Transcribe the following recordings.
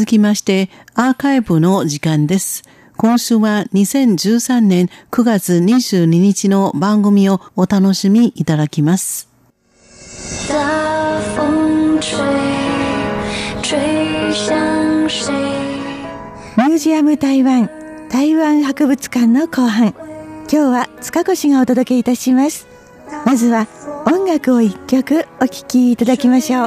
続きましてアーカイブの時間です。今週は2013年9月22日の番組をお楽しみいただきます。 ミュージアム台湾博物館の後半、今日は塚越がお届けいたします。まずは音楽を一曲お聴きいただきましょう。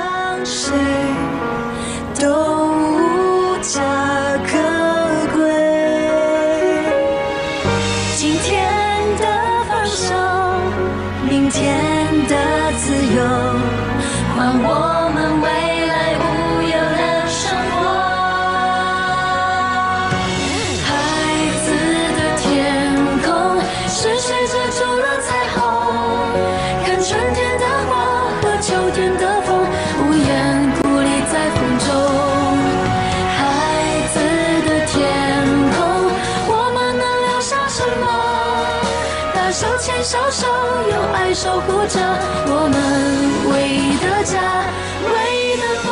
明天的自由，换我们未来无忧的生活。孩子的天空是谁遮住了彩虹？看春天的花和秋天的风，无言孤立在风中。孩子的天空，我们能留下什么？大手牵小手，用爱守护着我们唯一的家，唯一的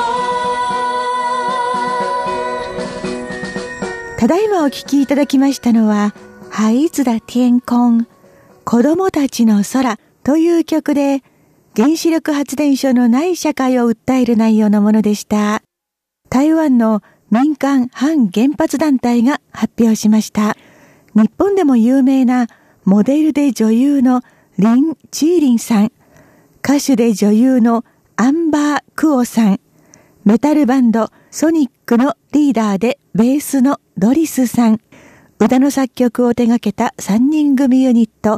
梦。ただいまお聴きいただきましたのは孩子的天空、子供たちの空という曲で、原子力発電所のない社会を訴える内容のものでした。台湾の民間反原発団体が発表しました。日本でも有名なモデルで女優の林志玲さん、歌手で女優のアンバー・クオさん、メタルバンドソニックのリーダーでベースのドリスさん、歌の作曲を手掛けた3人組ユニット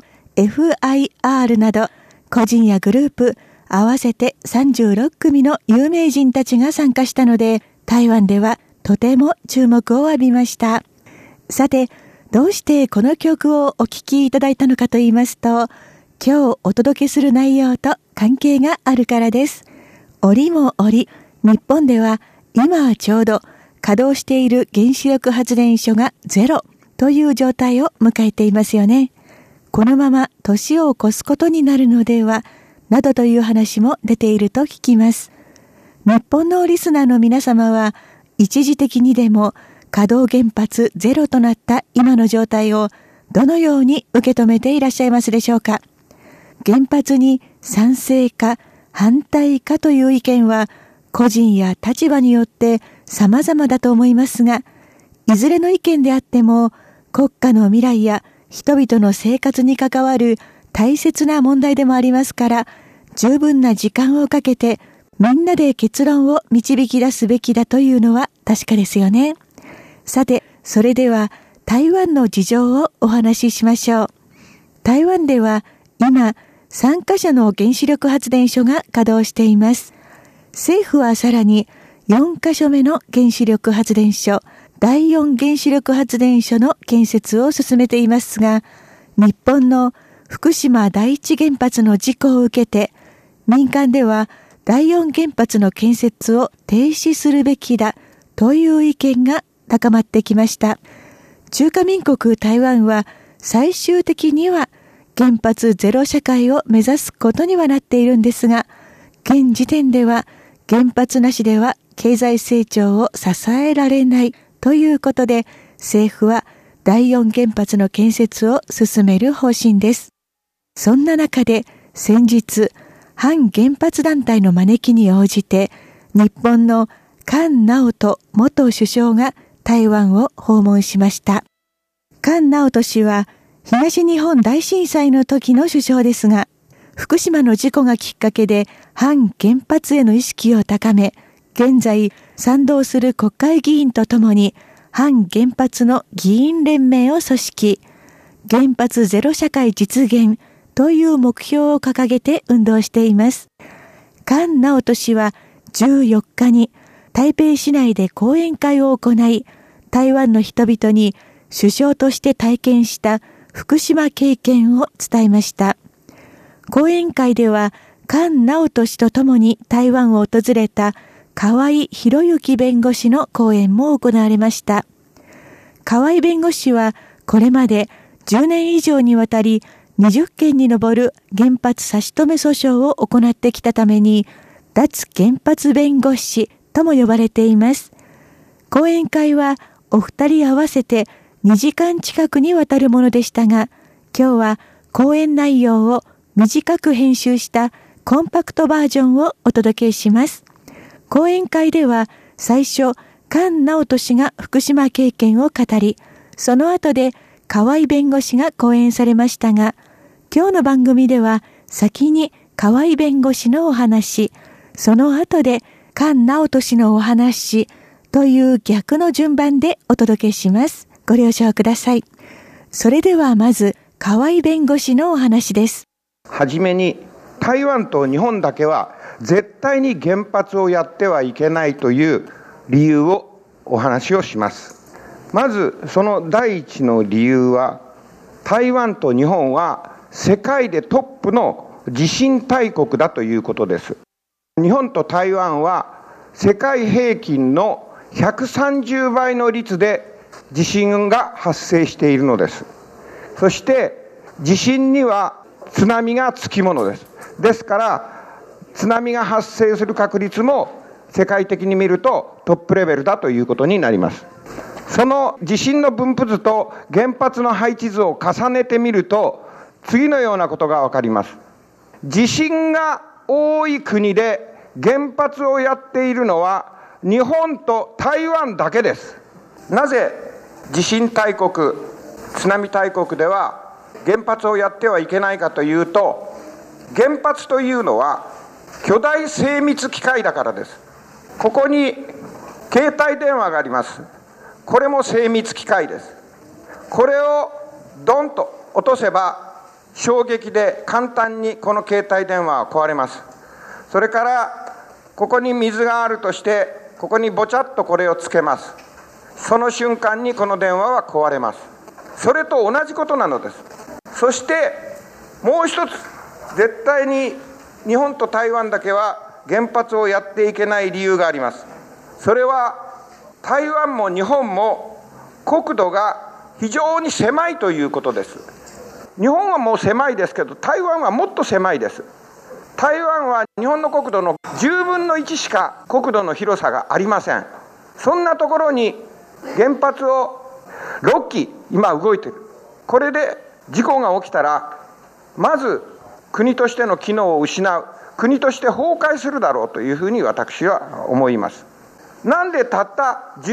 FIR など、個人やグループ合わせて36組の有名人たちが参加したので、台湾ではとても注目を浴びました。さて、どうしてこの曲をお聴きいただいたのかと言いますと、今日お届けする内容と関係があるからです。折も折、日本では今はちょうど稼働している原子力発電所がゼロという状態を迎えていますよね。このまま年を越すことになるのでは、などという話も出ていると聞きます。日本のリスナーの皆様は、一時的にでも稼働原発ゼロとなった今の状態をどのように受け止めていらっしゃいますでしょうか。原発に賛成か反対かという意見は個人や立場によって様々だと思いますが、いずれの意見であっても国家の未来や人々の生活に関わる大切な問題でもありますから、十分な時間をかけてみんなで結論を導き出すべきだというのは確かですよね。さて、それでは台湾の事情をお話ししましょう。台湾では今3カ所の原子力発電所が稼働しています。政府はさらに4カ所目の原子力発電所、第4原子力発電所の建設を進めていますが、日本の福島第一原発の事故を受けて、民間では第4原発の建設を停止するべきだという意見が高まってきました。中華民国台湾は最終的には原発ゼロ社会を目指すことにはなっているんですが、現時点では原発なしでは経済成長を支えられないということで、政府は第4原発の建設を進める方針です。そんな中で先日、反原発団体の招きに応じて、日本の菅直人元首相が台湾を訪問しました。菅直人氏は東日本大震災の時の首相ですが、福島の事故がきっかけで反原発への意識を高め、現在賛同する国会議員とともに反原発の議員連盟を組織、原発ゼロ社会実現という目標を掲げて運動しています。菅直人氏は14日に台北市内で講演会を行い、台湾の人々に首相として体験した福島経験を伝えました。講演会では菅直人氏とともに台湾を訪れた河合博之弁護士の講演も行われました。河合弁護士はこれまで10年以上にわたり20件に上る原発差し止め訴訟を行ってきたために、脱原発弁護士とも呼ばれています。 講演会はお二人合わせて2時間近くにわたるものでしたが、今日は講演内容を短く編集したコンパクトバージョンをお届けします。講演会では最初、菅直人氏が福島経験を語り、その後で河合弁護士が講演されましたが、今日の番組では先に河合弁護士のお話、その後で菅直人氏のお話という逆の順番でお届けします。ご了承ください。それではまず河合弁護士のお話です。 はじめに台湾と日本だけは絶対に原発をやってはいけないという理由をお話をします。まずその第一の理由は、台湾と日本は世界でトップの地震大国だということです。日本と台湾は世界平均の130倍の率で地震が発生しているのです。そして地震には津波がつきものです。ですから津波が発生する確率も世界的に見るとトップレベルだということになります。その地震の分布図と原発の配置図を重ねてみると、次のようなことがわかります。地震が多い国で原発をやっているのは日本と台湾だけです。なぜ地震大国、津波大国では原発をやってはいけないかというと、原発というのは巨大精密機械だからです。ここに携帯電話があります。これも精密機械です。これをドンと落とせば衝撃で簡単にこの携帯電話は壊れます。それからここに水があるとして、ここにぼちゃっとこれをつけます。その瞬間にこの電話は壊れます。それと同じことなのです。そしてもう一つ、絶対に日本と台湾だけは原発をやっていけない理由があります。それは台湾も日本も国土が非常に狭いということです。日本はもう狭いですけど、台湾はもっと狭いです。台湾は日本の国土の10分の1しか国土の広さがありません。そんなところに原発を6基今動いている。これで事故が起きたら、まず国としての機能を失う、国として崩壊するだろうというふうに私は思います。なんでたった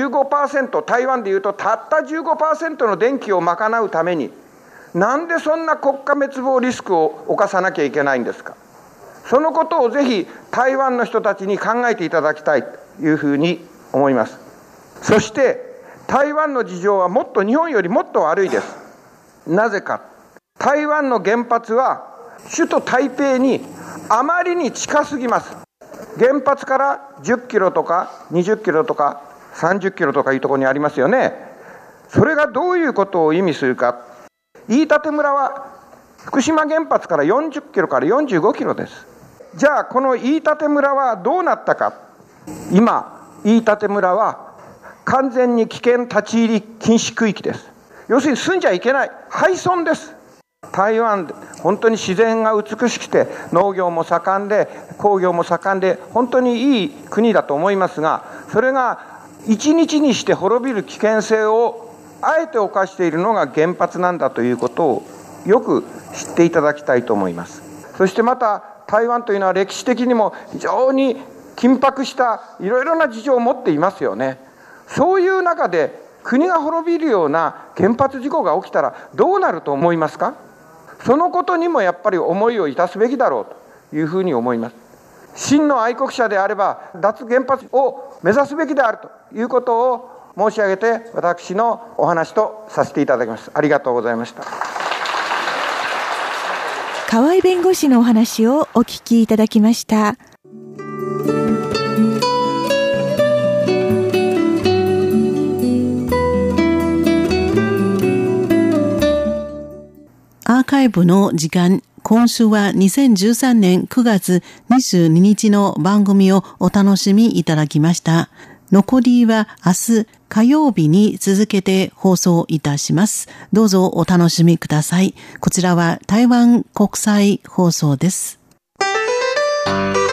15%、 台湾でいうとたった 15% の電気を賄うために、なんでそんな国家滅亡リスクを冒さなきゃいけないんですか。そのことをぜひ台湾の人たちに考えていただきたいというふうに思います。そして台湾の事情はもっと日本よりもっと悪いです。なぜか、台湾の原発は首都台北にあまりに近すぎます。原発から10キロとか20キロとか30キロとかいうところにありますよね。それがどういうことを意味するか。飯舘村は福島原発から40キロから45キロです。じゃあこの飯舘村はどうなったか。今飯舘村は完全に危険立ち入り禁止区域です。要するに住んじゃいけない廃村です。台湾で本当に自然が美しくて、農業も盛んで工業も盛んで、本当にいい国だと思いますが、それが一日にして滅びる危険性をあえて冒しているのが原発なんだということをよく知っていただきたいと思います。そしてまた台湾というのは歴史的にも非常に緊迫したいろいろな事情を持っていますよね。そういう中で国が滅びるような原発事故が起きたらどうなると思いますか。そのことにもやっぱり思いを致すべきだろうというふうに思います。真の愛国者であれば脱原発を目指すべきであるということを申し上げて、私のお話とさせていただきます。ありがとうございました。 河合弁護士のお話をお聞きいただきました。 アーカイブの時間、今週は2013年9月22日の番組をお楽しみいただきました。残りは明日火曜日に続けて放送いたします。どうぞお楽しみください。こちらは台湾国際放送です。